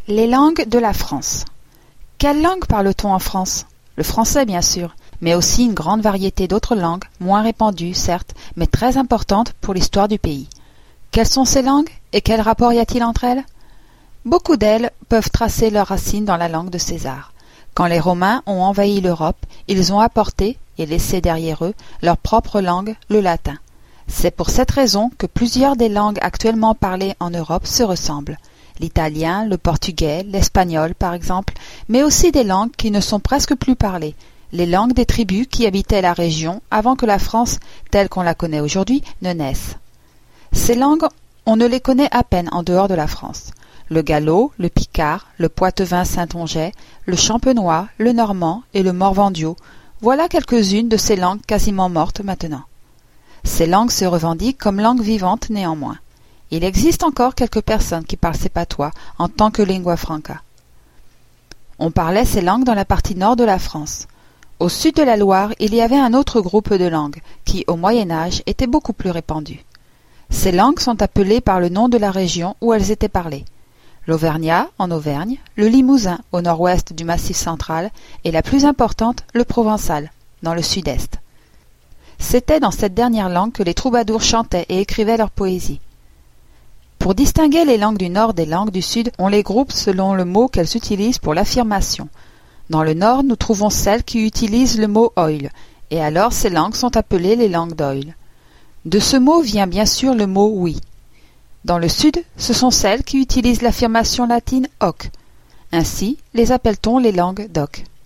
Les langues de la France. Quelle langue parle-t-on en France? Le français, bien sûr, mais aussi une grande variété d'autres langues, moins répandues, certes, mais très importantes pour l'histoire du pays. Quelles sont ces langues et quel rapport y a-t-il entre elles? Beaucoup d'elles peuvent tracer leurs racines dans la langue de César. Quand les Romains ont envahi l'Europe, ils ont apporté, et laissé derrière eux, leur propre langue, le latin. C'est pour cette raison que plusieurs des langues actuellement parlées en Europe se ressemblent. L'italien, le portugais, l'espagnol par exemple, mais aussi des langues qui ne sont presque plus parlées, les langues des tribus qui habitaient la région avant que la France, telle qu'on la connaît aujourd'hui, ne naisse. Ces langues, on ne les connaît à peine en dehors de la France. Le gallo, le picard, le poitevin saintongeais, le champenois, le normand et le morvandio, voilà quelques-unes de ces langues quasiment mortes maintenant. Ces langues se revendiquent comme langues vivantes néanmoins. Il existe encore quelques personnes qui parlent ces patois en tant que lingua franca. On parlait ces langues dans la partie nord de la France. Au sud de la Loire, il y avait un autre groupe de langues qui, au Moyen Âge, était beaucoup plus répandu. Ces langues sont appelées par le nom de la région où elles étaient parlées. L'Auvergnat, en Auvergne, le Limousin, au nord-ouest du Massif central, et la plus importante, le Provençal, dans le sud-est. C'était dans cette dernière langue que les troubadours chantaient et écrivaient leur poésie. Pour distinguer les langues du Nord des langues du Sud, on les groupe selon le mot qu'elles utilisent pour l'affirmation. Dans le Nord, nous trouvons celles qui utilisent le mot « oil », et alors ces langues sont appelées les langues d'oil. De ce mot vient bien sûr le mot « oui ». Dans le Sud, ce sont celles qui utilisent l'affirmation latine « hoc ». Ainsi les appelle-t-on les langues d'oc.